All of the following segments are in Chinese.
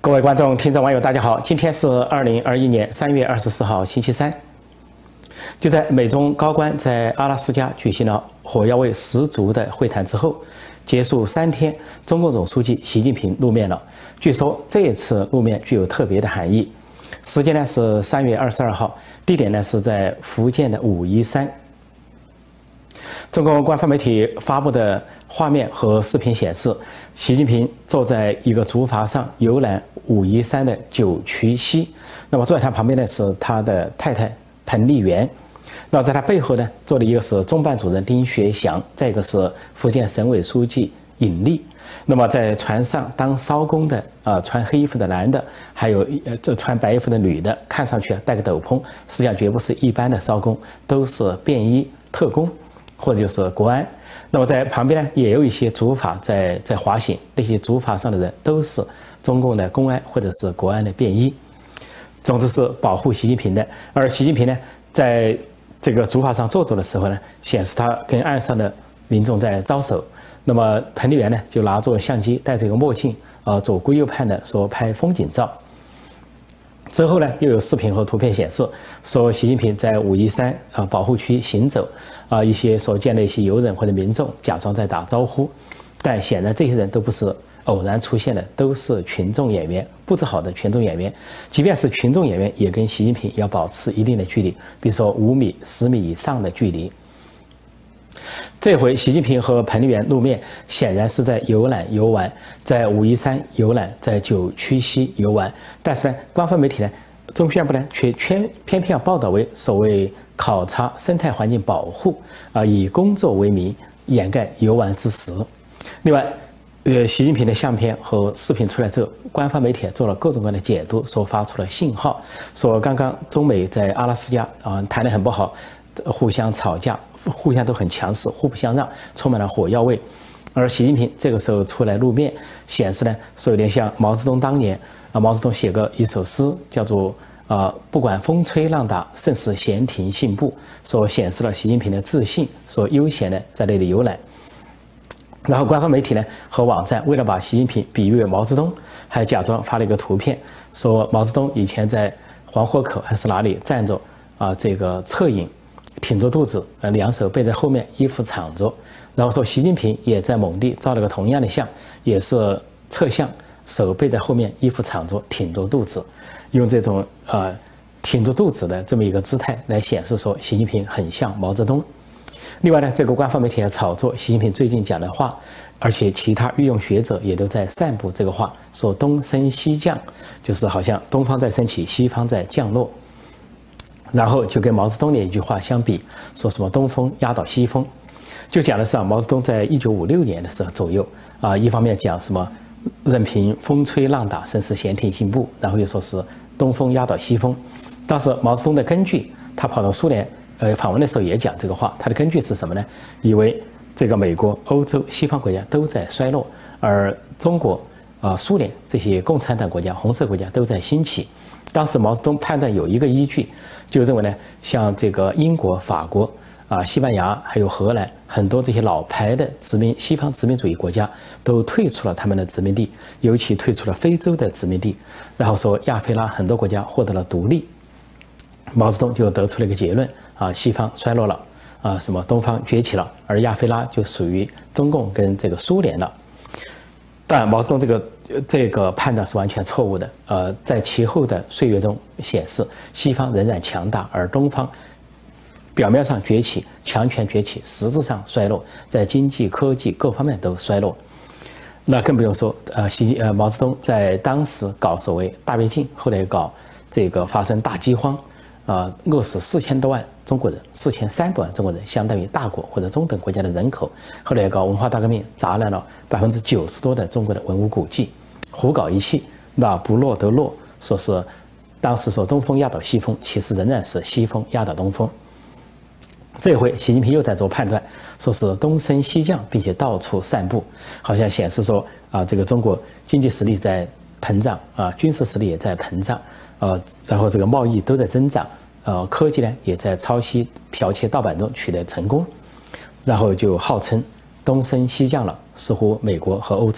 各位观众、听众、网友，大家好！今天是2021年3月24号，星期三。就在美中高官在阿拉斯加举行了火药味十足的会谈之后，结束3天，中共总书记习近平露面了。据说这一次露面具有特别的含义，时间呢是3月22号，地点呢是在福建的武夷山。中共官方媒体发布的画面和视频显示，习近平坐在一个竹筏上游览武夷山的九曲溪。那么坐在他旁边呢是他的太太彭丽媛。那在他背后呢坐的一个是中办主任丁学祥，再一个是福建省委书记尹力。那么在船上当艄工的穿黑衣服的男的，还有这穿白衣服的女的，看上去戴个斗篷，实际上绝不是一般的艄工，都是便衣特工。或者就是国安，那么在旁边呢也有一些竹筏在滑行，那些竹筏上的人都是中共的公安或者是国安的便衣，总之是保护习近平的。而习近平呢，在这个竹筏上坐着的时候呢，显示他跟岸上的民众在招手。那么彭丽媛呢就拿着相机，戴着一个墨镜，左顾右盼的说拍风景照。之后呢，又有视频和图片显示，说习近平在武夷山保护区行走，一些所见的一些游人或者民众假装在打招呼，但显然这些人都不是偶然出现的，都是群众演员，布置好的群众演员。即便是群众演员，也跟习近平要保持一定的距离，比如说5米、10米以上的距离。这回习近平和彭丽媛露面，显然是在游玩，在武夷山游览，在九曲溪游玩。但是呢，官方媒体呢，中宣部呢却偏偏要报道为所谓考察生态环境保护，以工作为名掩盖游玩之实。另外，习近平的相片和视频出来之后，官方媒体做了各种各样的解读，说发出了信号，说刚刚中美在阿拉斯加谈得很不好。互相吵架，互相都很强势，互不相让，充满了火药味。而习近平这个时候出来露面，显示呢，说有点像毛泽东当年毛泽东写过一首诗，叫做不管风吹浪打，甚是闲庭信步，说显示了习近平的自信，说悠闲的在那里游览。然后官方媒体呢和网站为了把习近平比喻为毛泽东，还假装发了一个图片，说毛泽东以前在黄河口还是哪里站着这个侧影。挺着肚子，2手背在后面，衣服敞着，然后说习近平也在某地照了个同样的相，也是侧相，手背在后面，衣服敞着，挺着肚子，用这种挺着肚子的这么一个姿态来显示说习近平很像毛泽东。另外呢，这个官方媒体还炒作习近平最近讲的话，而且其他御用学者也都在散布这个话，说东升西降，就是好像东方在升起，西方在降落。然后就跟毛泽东的一句话相比，说什么东风压倒西风，就讲的是毛泽东在1956年的时候左右一方面讲什么任凭风吹浪打，甚是闲庭信步，然后又说是东风压倒西风。当时毛泽东的根据，他跑到苏联访问的时候也讲这个话，他的根据是什么呢？以为这个美国、欧洲、西方国家都在衰落，而中国苏联这些共产党国家、红色国家都在兴起。当时毛泽东判断有一个依据，就认为呢，像这个英国、法国西班牙还有荷兰，很多这些老牌的西方殖民主义国家都退出了他们的殖民地，尤其退出了非洲的殖民地。然后说亚非拉很多国家获得了独立，毛泽东就得出了一个结论西方衰落了什么东方崛起了，而亚非拉就属于中共跟这个苏联了。当然，毛泽东这个判断是完全错误的。在其后的岁月中显示，西方仍然强大，而东方表面上崛起，强权崛起，实质上衰落，在经济、科技各方面都衰落。那更不用说，毛泽东在当时搞所谓大跃进，后来搞这个发生大饥荒，饿死4000多万中国人，4300万中国人，相当于大国或者中等国家的人口。后来搞文化大革命，砸烂了90%多的中国的文物古迹，胡搞一气，那不落得落，说是当时说东风压倒西风，其实仍然是西风压倒东风。这回习近平又在做判断，说是东升西降，并且到处散布，好像显示说这个中国经济实力在膨胀军事实力也在膨胀然后这个贸易都在增长。科技呢也在抄袭、剽窃、盗版中取得成功，然后就号称东升西降了，似乎美国和欧洲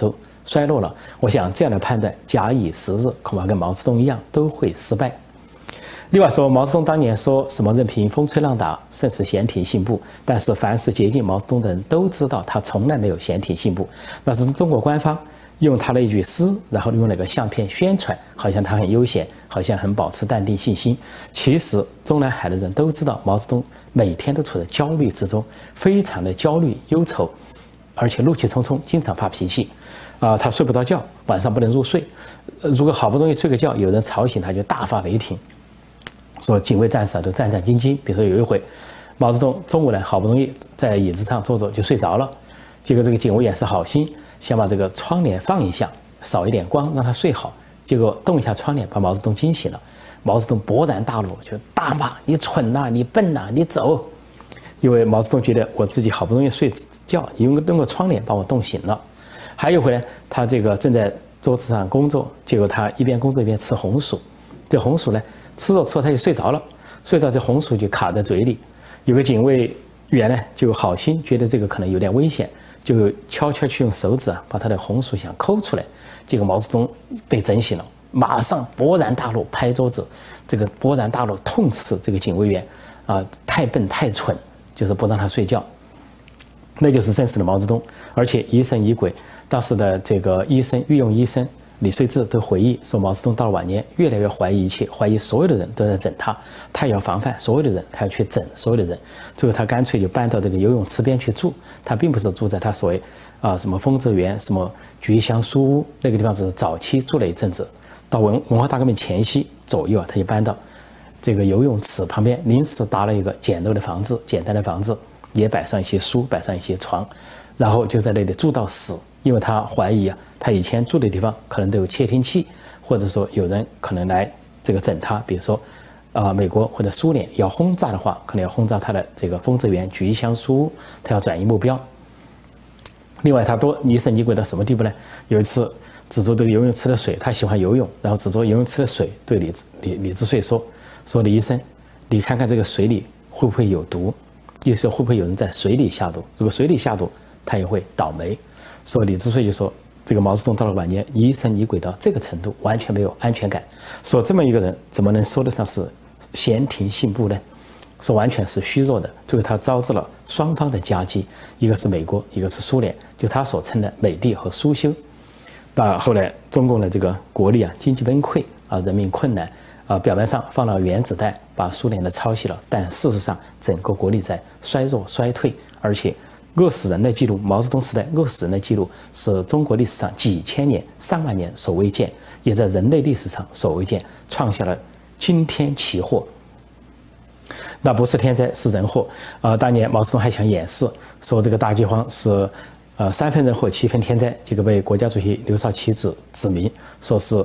衰落了。我想这样的判断假以时日，恐怕跟毛泽东一样都会失败。另外说，毛泽东当年说什么任凭风吹浪打，甚是闲庭信步。但是凡是接近毛泽东的人都知道，他从来没有闲庭信步。那是中国官方用他的一句诗，然后用那个相片宣传，好像他很悠闲，好像很保持淡定信心。其实中南海的人都知道，毛泽东每天都处在焦虑之中，非常的焦虑忧愁，而且怒气冲冲，经常发脾气。他睡不着觉，晚上不能入睡。如果好不容易睡个觉，有人吵醒他，就大发雷霆。说警卫战士都战战兢兢。比如说有一回，毛泽东中午呢好不容易在椅子上坐着就睡着了，结果这个警卫也是好心，想把这个窗帘放一下，少一点光，让他睡好。结果动一下窗帘，把毛泽东惊醒了。毛泽东勃然大怒，就大骂：“你蠢呐，你笨呐，你走！”因为毛泽东觉得我自己好不容易睡觉，你用个窗帘把我冻醒了。还有一回呢，他这个正在桌子上工作，结果他一边工作一边吃红薯，这红薯呢。吃着吃着他就睡着了，睡着这红薯就卡在嘴里。有个警卫员呢就好心觉得这个可能有点危险，就悄悄去用手指把他的红薯想抠出来。结果毛泽东被整醒了，马上勃然大怒，拍桌子，这个勃然大怒痛斥这个警卫员太笨太蠢，就是不让他睡觉。那就是真实的毛泽东，而且疑神疑鬼。当时的这个御用医生李遂志都回忆说，毛泽东到了晚年越来越怀疑一切，怀疑所有的人都在整他，他也要防范所有的人，他要去整所有的人。最后他干脆就搬到这个游泳池边去住，他并不是住在他所谓什么丰泽园、什么菊香书屋那个地方，只是早期住了一阵子。到文化大革命前夕左右他就搬到这个游泳池旁边，临时搭了一个简单的房子，也摆上一些书，摆上一些床，然后就在那里住到死。因为他怀疑他以前住的地方可能都有窃听器，或者说有人可能来这个整他，比如说美国或者苏联要轰炸的话，可能要轰炸他的这个丰泽园、菊香书屋，他要转移目标。另外他多疑神疑鬼到什么地步呢？有一次指着这个游泳池的水，他喜欢游泳，然后指着游泳池的水对李志燧说李医生，你看看这个水里会不会有毒？意思说会不会有人在水里下毒？如果水里下毒，他也会倒霉。说李志燧就说，这个毛泽东到了晚年疑神疑鬼到这个程度，完全没有安全感。说这么一个人怎么能说得上是闲庭信步呢？说完全是虚弱的。最后他招致了双方的夹击，一个是美国，一个是苏联，就他所称的美帝和苏修。到后来中共的这个国力经济崩溃人民困难表面上放了原子弹把苏联的抄袭了，但事实上整个国力在衰弱衰退，而且饿死人的记录，毛泽东时代饿死人的记录是中国历史上几千年、上万年所未见，也在人类历史上所未见，创下了惊天奇祸。那不是天灾，是人祸。当年毛泽东还想掩饰，说这个大饥荒是3分人祸7分天灾，这个被国家主席刘少奇指明，说是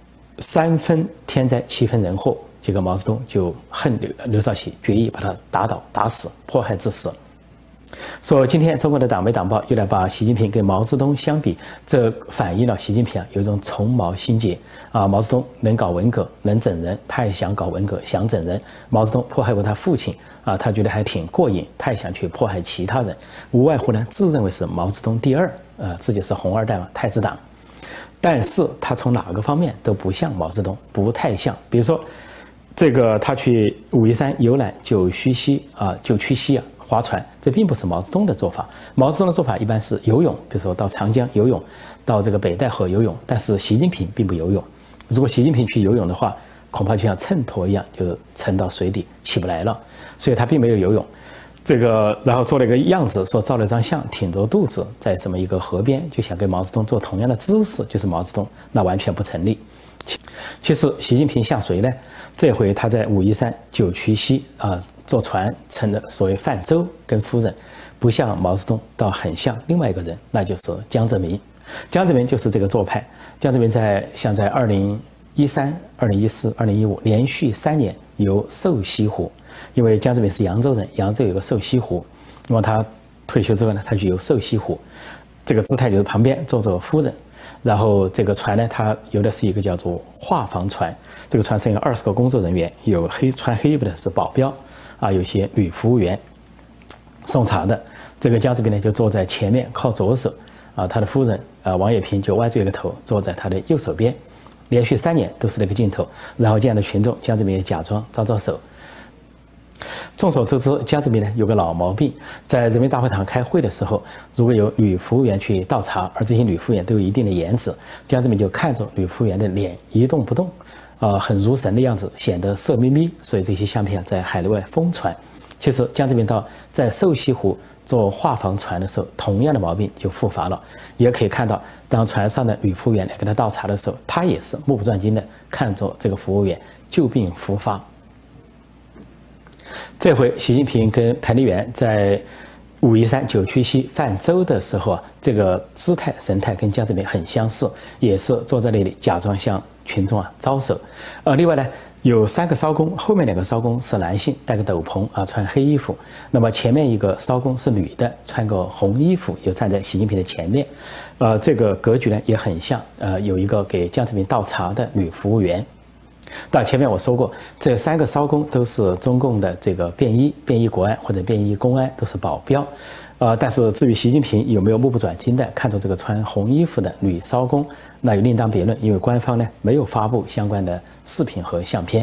3分天灾7分人祸。这个毛泽东就恨刘少奇，决意把他打倒、打死、迫害致死。说今天中国的党媒党报又来把习近平跟毛泽东相比，这反映了习近平有一种从毛心结毛泽东能搞文革，能整人，他也想搞文革，想整人。毛泽东迫害过他父亲他觉得还挺过瘾，他也想去迫害其他人，无外乎呢自认为是毛泽东第二，自己是红二代嘛，太子党。但是他从哪个方面都不像毛泽东，不太像。比如说这个他去武夷山游览九曲溪划船，这并不是毛泽东的做法。毛泽东的做法一般是游泳，比如说到长江游泳，到这个北戴河游泳。但是习近平并不游泳。如果习近平去游泳的话，恐怕就像秤砣一样，就沉到水底起不来了。所以他并没有游泳。然后做了一个样子，说照了张相，挺着肚子在这么一个河边，就想跟毛泽东做同样的姿势，就是毛泽东，那完全不成立。其实习近平像谁呢？这回他在武夷山九曲溪坐船乘的所谓泛舟，跟夫人不像毛泽东，倒很像另外一个人，那就是江泽民。江泽民就是这个做派。江泽民在2013、2014、2015连续3年游瘦西湖，因为江泽民是扬州人，扬州有个瘦西湖，那么他退休之后呢，他去游瘦西湖，这个姿态就是旁边坐着夫人。然后这个船呢，他游的是一个叫做画舫船，这个船上有20个工作人员，有穿黑衣服的是保镖有些女服务员送茶的。这个江泽民呢就坐在前面靠左手他的夫人王冶平就歪着一个头坐在他的右手边，连续3年都是那个镜头。然后这样的群众，江泽民也假装招手。众所周知，江泽民呢有个老毛病，在人民大会堂开会的时候，如果有女服务员去倒茶，而这些女服务员都有一定的颜值，江泽民就看着女服务员的脸一动不动，很如神的样子，显得色眯眯，所以这些相片在海内外疯传。其实江泽民在瘦西湖坐化房船的时候，同样的毛病就复发了。也可以看到，当船上的女服务员来给他倒茶的时候，他也是目不转睛的看着这个服务员，旧病复发。这回习近平跟彭丽媛在武夷山9曲溪泛舟的时候这个姿态神态跟江泽民很相似，也是坐在那里假装向群众招手。另外呢，有3个艄公，后面2个艄公是男性，戴个斗篷穿黑衣服。那么前面一个艄公是女的，穿个红衣服，又站在习近平的前面。这个格局呢也很像，有一个给江泽民倒茶的女服务员。但前面我说过，这3个艄公都是中共的这个便衣国安或者便衣公安，都是保镖。但是至于习近平有没有目不转睛的看着这个穿红衣服的女艄公，那又另当别论，因为官方呢没有发布相关的视频和相片。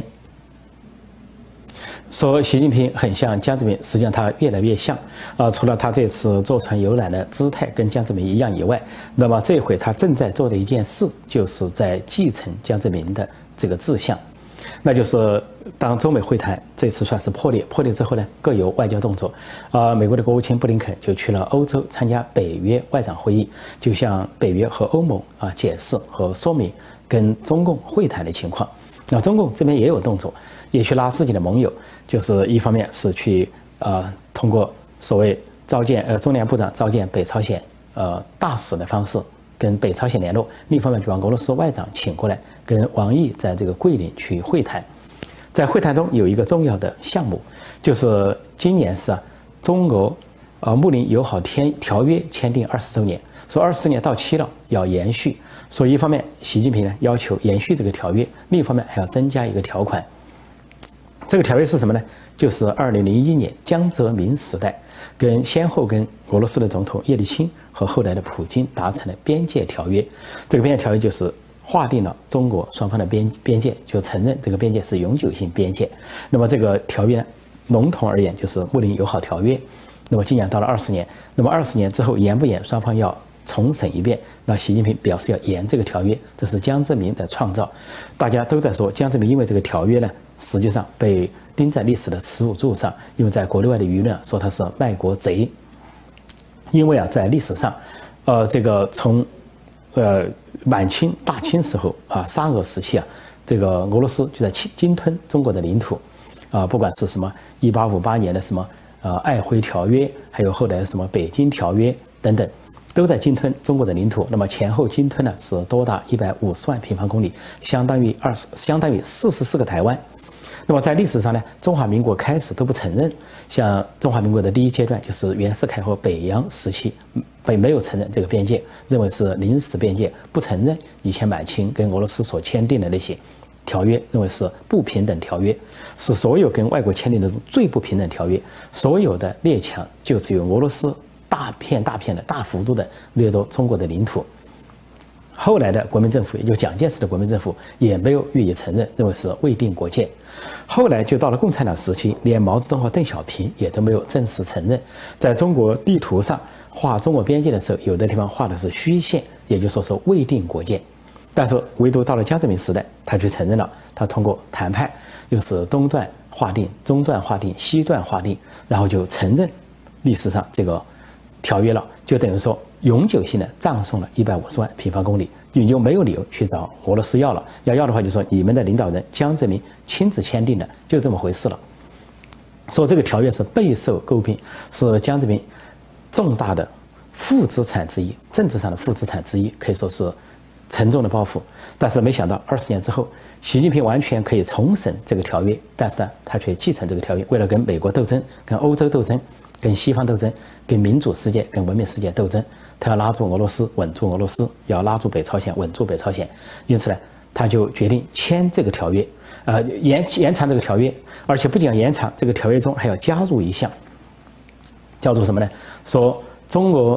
说习近平很像江泽民，实际上他越来越像。除了他这次坐船游览的姿态跟江泽民一样以外，那么这回他正在做的一件事，就是在继承江泽民的这个志向，那就是当中美会谈这次算是破裂之后呢，各有外交动作。美国的国务卿布林肯就去了欧洲参加北约外长会议，就向北约和欧盟解释和说明跟中共会谈的情况。那中共这边也有动作，也去拉自己的盟友，就是一方面是去通过所谓召见中联部长召见北朝鲜大使的方式跟北朝鲜联络，另一方面就把俄罗斯外长请过来，跟王毅在这个桂林去会谈。在会谈中有一个重要的项目，就是今年是中俄睦邻友好条约签订20周年，说20年到期了要延续。所以一方面习近平呢要求延续这个条约，另一方面还要增加一个条款。这个条约是什么呢？就是2001年江泽民时代先后跟俄罗斯的总统叶利钦和后来的普京达成了边界条约。这个边界条约就是划定了中国双方的边界，就承认这个边界是永久性边界。那么这个条约笼统而言就是睦邻友好条约。那么今年到了20年，那么20年之后延不延，双方要重审一遍。那习近平表示要延这个条约，这是江泽民的创造。大家都在说江泽民因为这个条约呢，实际上被钉在历史的耻辱柱上，因为在国内外的舆论说他是卖国贼。因为在历史上，这个从满清、大清时候沙俄时期这个俄罗斯就在鲸吞中国的领土，不管是什么1858年的什么瑷珲条约，还有后来的什么北京条约等等，都在鲸吞中国的领土。那么前后鲸吞呢是多达150万平方公里，相当于44个台湾。那么在历史上呢，中华民国开始都不承认，像中华民国的第一阶段就是袁世凯和北洋时期，没有承认这个边界，认为是临时边界，不承认以前满清跟俄罗斯所签订的那些条约，认为是不平等条约，是所有跟外国签订的最不平等条约。所有的列强就只有俄罗斯大片的大幅度的掠夺中国的领土。后来的国民政府，也就蒋介石的国民政府也没有予以承认，认为是未定国界。后来就到了共产党时期，连毛泽东和邓小平也都没有正式承认。在中国地图上画中国边界的时候，有的地方画的是虚线，也就是说是未定国界。但是唯独到了江泽民时代，他去承认了，他通过谈判，又是东段划定、中段划定、西段划定，然后就承认历史上这个条约了，就等于说永久性的葬送了150万平方公里，你就没有理由去找俄罗斯要了。要的话，就说你们的领导人江泽民亲自签订的，就这么回事了。说这个条约是备受诟病，是江泽民重大的负资产之一，政治上的负资产之一，可以说是沉重的包袱。但是没想到20年之后，习近平完全可以重审这个条约，但是呢，他却继承这个条约，为了跟美国斗争、跟欧洲斗争、跟西方斗争、跟民主世界、跟文明世界斗争，他要拉住俄罗斯，稳住俄罗斯，要拉住北朝鲜，稳住北朝鲜。因此呢，他就决定签这个条约，延长这个条约，而且不仅要延长，这个条约中还要加入一项，叫做什么呢？说中俄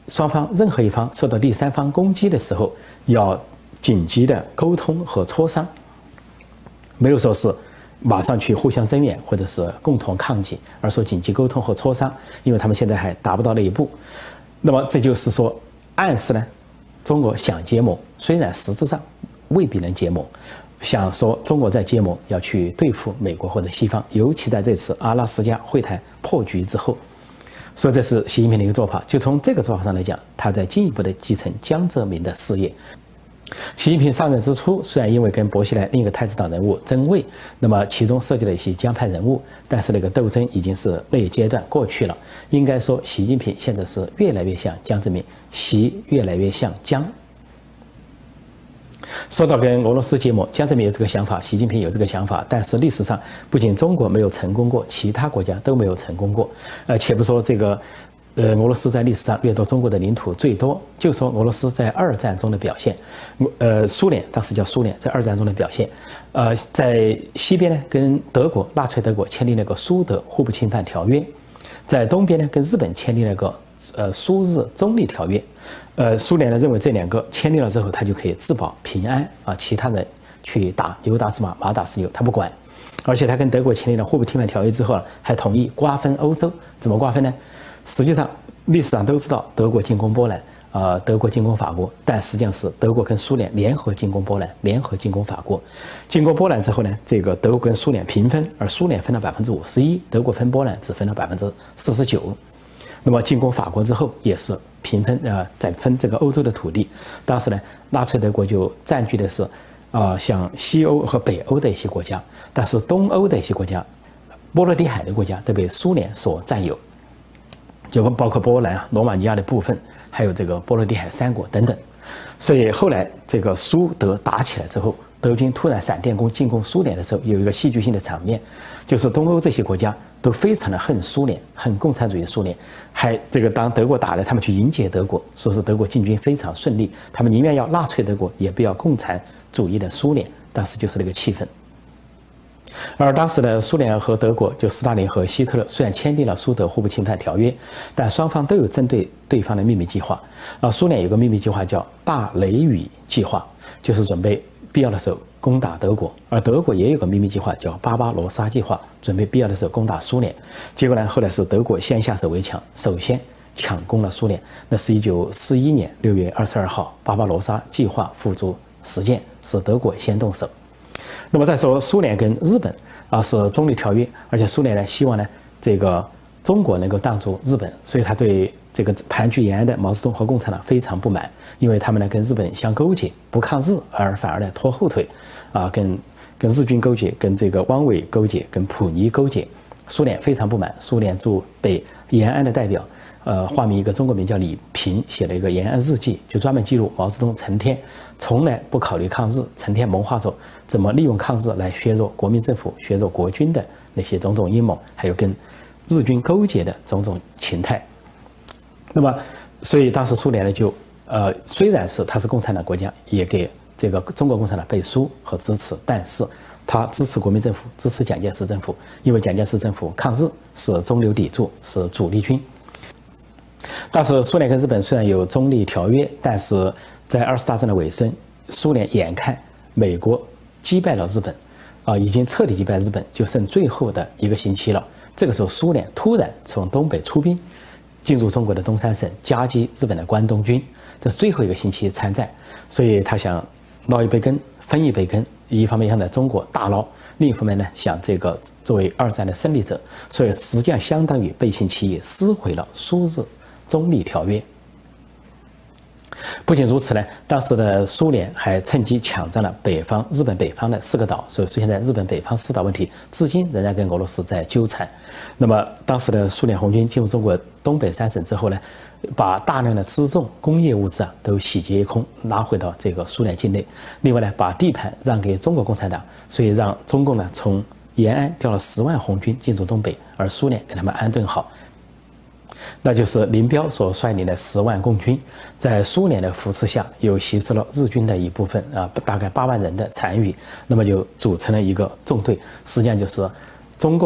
双方任何一方受到第三方攻击的时候，要紧急的沟通和磋商，没有说是马上去互相增援或者是共同抗击，而说紧急沟通和磋商，因为他们现在还达不到那一步。那么这就是说，暗示呢，中国想结盟，虽然实质上未必能结盟，想说中国在结盟要去对付美国或者西方，尤其在这次阿拉斯加会谈破局之后。所以这是习近平的一个做法，就从这个做法上来讲，他在进一步的继承江泽民的事业。习近平上任之初，虽然因为跟薄熙来另一个太子党人物争位，那么其中涉及了一些江派人物，但是那个斗争已经是那一阶段过去了。应该说，习近平现在是越来越像江泽民，习越来越像江。说到跟俄罗斯结盟，江泽民有这个想法，习近平有这个想法，但是历史上不仅中国没有成功过，其他国家都没有成功过。且不说这个，俄罗斯在历史上掠夺中国的领土最多，就说俄罗斯在二战中的表现，苏联当时叫苏联，在二战中的表现，在西边呢跟德国纳粹德国签订了个苏德互不侵犯条约，在东边呢跟日本签订了个苏日中立条约。苏联呢认为这两个签订了之后，他就可以自保平安啊，其他人去打牛打死马，马打死牛，他不管。而且他跟德国签订了互不侵犯条约之后还同意瓜分欧洲。怎么瓜分呢？实际上历史上都知道，德国进攻波兰，德国进攻法国，但实际上是德国跟苏联联合进攻波兰，联合进攻法国。进攻波兰之后呢，这个德国跟苏联平分，而苏联分了51%，德国分波兰只分了49%。那么进攻法国之后也是平分，再分这个欧洲的土地。当时呢，纳粹德国就占据的是，像西欧和北欧的一些国家，但是东欧的一些国家，波罗的海的国家都被苏联所占有，就包括波兰、罗马尼亚的部分，还有这个波罗的海三国等等。所以后来这个苏德打起来之后，德军突然闪电攻进攻苏联的时候，有一个戏剧性的场面，就是东欧这些国家都非常的恨苏联，恨共产主义苏联，还这个当德国打来，他们去迎接德国，说是德国进军非常顺利，他们宁愿要纳粹德国，也不要共产主义的苏联。当时就是那个气氛。而当时的苏联和德国，就斯大林和希特勒，虽然签订了苏德互不侵犯条约，但双方都有针对对方的秘密计划。苏联有个秘密计划叫大雷雨计划，就是准备必要的时候攻打德国，而德国也有个秘密计划叫巴巴罗萨计划，准备必要的时候攻打苏联。结果呢，后来是德国先下手为强，首先抢攻了苏联。那是1941年6月22号，巴巴罗萨计划付诸实践，是德国先动手。那么再说苏联跟日本是中立条约，而且苏联呢希望呢这个中国能够挡住日本，所以他对这个盘踞延安的毛泽东和共产党非常不满，因为他们呢跟日本相勾结，不抗日而反而呢拖后腿，跟日军勾结，跟这个汪伪勾结，跟溥仪勾结，苏联非常不满。苏联驻北延安的代表，化名一个中国名叫李平，写了一个延安日记，就专门记录毛泽东成天从来不考虑抗日，成天谋划着怎么利用抗日来削弱国民政府、削弱国军的那些种种阴谋，还有跟日军勾结的种种情态。那么，所以当时苏联呢就虽然是它是共产党国家，也给这个中国共产党背书和支持，但是他支持国民政府，支持蒋介石政府，因为蒋介石政府抗日是中流砥柱，是主力军。当时苏联跟日本虽然有中立条约，但是在二次大战的尾声，苏联眼看美国击败了日本，已经彻底击败日本，就剩最后的1个星期了。这个时候，苏联突然从东北出兵，进入中国的东三省，夹击日本的关东军。这是最后1个星期参战，所以他想捞一杯羹，分一杯羹。一方面想在中国大捞，另一方面呢想这个作为二战的胜利者，所以实际上相当于背信弃义，撕毁了苏日中立条约。不仅如此呢，当时的苏联还趁机抢占了日本北方的4个岛，所以现在日本北方4岛问题至今仍然跟俄罗斯在纠缠。那么当时的苏联红军进入中国东北3省之后呢，把大量的辎重、工业物资都洗劫一空，拿回到这个苏联境内。另外呢，把地盘让给中国共产党，所以让中共呢从延安调了10万红军进驻东北，而苏联给他们安顿好。那就是林彪所率领的10万共军，在苏联的扶持下，又吸收了日军的一部分大概8万人的残余，那么就组成了一个纵队。实际上就是中共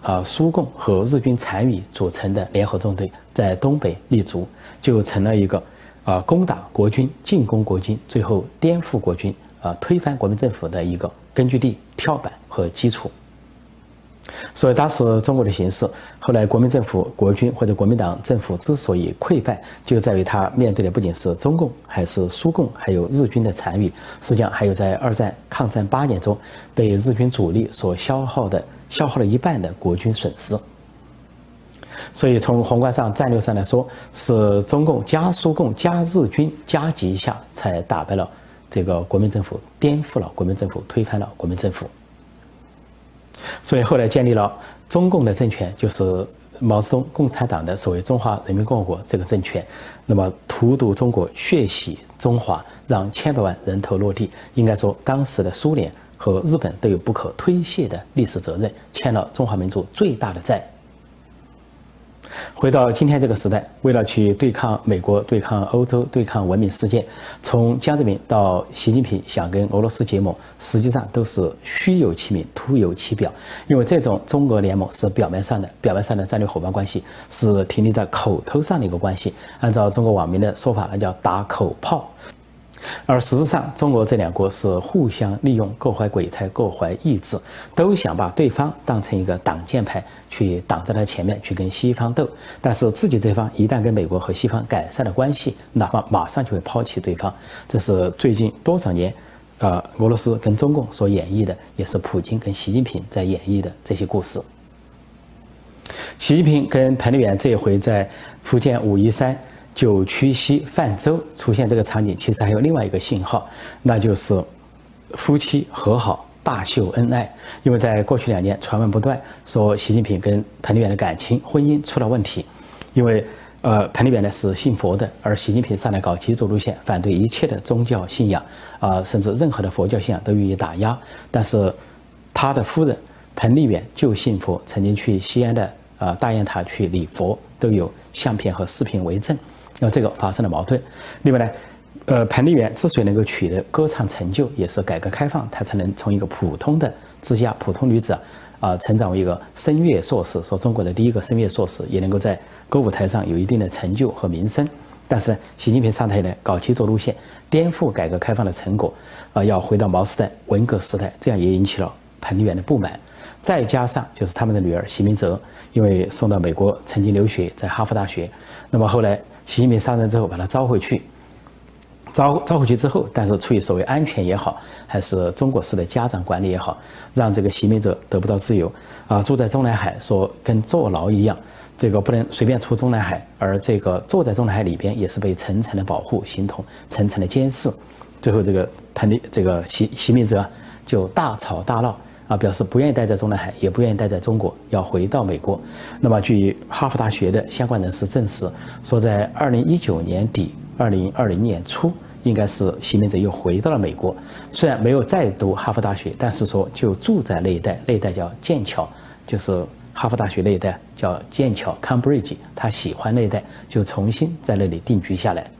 苏共和日军残余组成的联合纵队在东北立足，就成了一个攻打国军、进攻国军，最后颠覆国军、推翻国民政府的一个根据地、跳板和基础。所以当时中国的形势，后来国民政府、国军或者国民党政府之所以溃败，就在于他面对的不仅是中共，还是苏共，还有日军的残余，实际上还有在二战抗战8年中被日军主力所消耗了一半的国军损失。所以从宏观上、战略上来说，是中共加苏共加日军夹击下，才打败了这个国民政府，颠覆了国民政府，推翻了国民政府。所以后来建立了中共的政权，就是毛泽东共产党的所谓中华人民共和国这个政权。那么荼毒中国，血洗中华，让千百万人头落地。应该说，当时的苏联和日本都有不可推卸的历史责任，欠了中华民族最大的债。回到今天这个时代，为了去对抗美国、对抗欧洲、对抗文明世界，从江泽民到习近平想跟俄罗斯结盟，实际上都是虚有其名，徒有其表。因为这种中俄联盟是表面上的战略伙伴关系，是停留在口头上的一个关系。按照中国网民的说法，那叫打口炮。而实质上，中俄这两国是互相利用，各怀鬼胎，各怀异志，都想把对方当成一个挡箭牌，去挡在他前面，去跟西方斗。但是自己这方一旦跟美国和西方改善了关系，那么马上就会抛弃对方。这是最近多少年，俄罗斯跟中共所演绎的，也是普京跟习近平在演绎的这些故事。习近平跟彭丽媛这一回在福建武夷山九曲溪泛舟出现这个场景，其实还有另外一个信号，那就是夫妻和好，大秀恩爱。因为在过去2年传闻不断，说习近平跟彭丽媛的感情、婚姻出了问题。因为彭丽媛呢是信佛的，而习近平上来搞极左路线，反对一切的宗教信仰，甚至任何的佛教信仰都予以打压。但是他的夫人彭丽媛就信佛，曾经去西安的大雁塔去礼佛，都有相片和视频为证。那这个发生了矛盾。另外呢，彭丽媛之所以能够取得歌唱成就，也是改革开放，她才能从一个普通的之家、普通女子成长为一个声乐硕士，说中国的第一个声乐硕士，也能够在歌舞台上有一定的成就和名声。但是呢，习近平上台呢，搞极左路线，颠覆改革开放的成果，要回到毛时代、文革时代，这样也引起了彭丽媛的不满。再加上就是他们的女儿习明泽，因为送到美国曾经留学，在哈佛大学，那么后来习近平上任之后把他招回去之后，但是出于所谓安全也好，还是中国式的家长管理也好，让这个习明泽得不到自由住在中南海，说跟坐牢一样，这个不能随便出中南海，而这个坐在中南海里边也是被层层的保护，形同层层的监视。最后这个习明泽就大吵大闹表示不愿意待在中南海，也不愿意待在中国，要回到美国。那么据哈佛大学的相关人士证实，说在2019年底、2020年初，应该是习明泽又回到了美国。虽然没有再读哈佛大学，但是说就住在那一带叫剑桥，就是哈佛大学那一带叫剑桥 Cambridge， 他喜欢那一带，就重新在那里定居下来。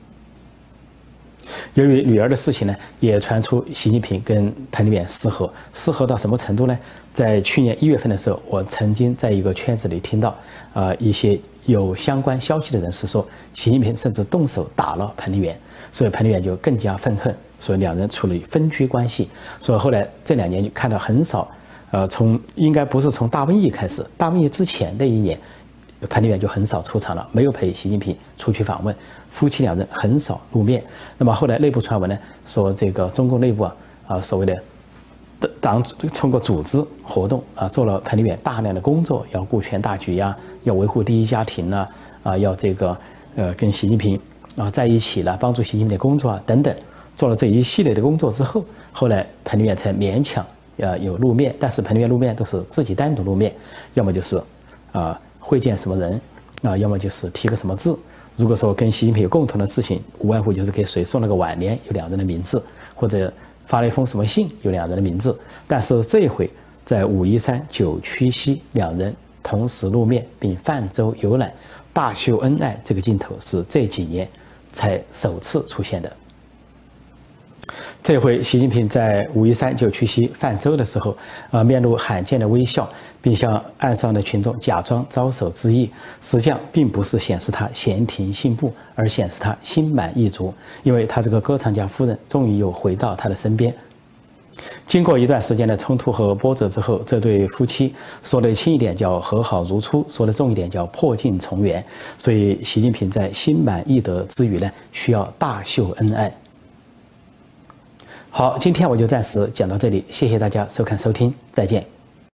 由于女儿的事情呢，也传出习近平跟彭丽媛失和到什么程度呢？在去年1月份的时候，我曾经在一个圈子里听到，一些有相关消息的人士说，习近平甚至动手打了彭丽媛，所以彭丽媛就更加愤恨，所以两人处于分居关系。所以后来这2年就看到很少，应该不是从大瘟疫开始，大瘟疫之前的1年。彭丽媛就很少出场了，没有陪习近平出去访问，夫妻2人很少露面。那么后来内部传闻呢，说这个中共内部所谓的党通过组织活动做了彭丽媛大量的工作，要顾全大局呀，要维护第一家庭啦，要这个跟习近平在一起了，帮助习近平的工作等等，做了这一系列的工作之后，后来彭丽媛才勉强有露面，但是彭丽媛露面都是自己单独露面，要么就是会见什么人要么就是提个什么字。如果说跟习近平有共同的事情，无外乎就是给谁送了个挽联，有2人的名字，或者发了一封什么信，有2人的名字。但是这一回在武夷山九曲溪，2人同时露面并泛舟游览，大秀恩爱，这个镜头是这几年才首次出现的。 这回习近平在5.13就去西泛舟的时候，面露罕见的微笑，并向岸上的群众假装招手致意，实际上并不是显示他闲庭信步，而显示他心满意足，因为他这个歌唱家夫人终于又回到他的身边。经过一段时间的冲突和波折之后，这对夫妻说得轻一点叫和好如初，说得重一点叫破镜重圆。所以，习近平在心满意得之余呢，需要大秀恩爱。好，今天我就暂时讲到这里，谢谢大家收看收听，再见。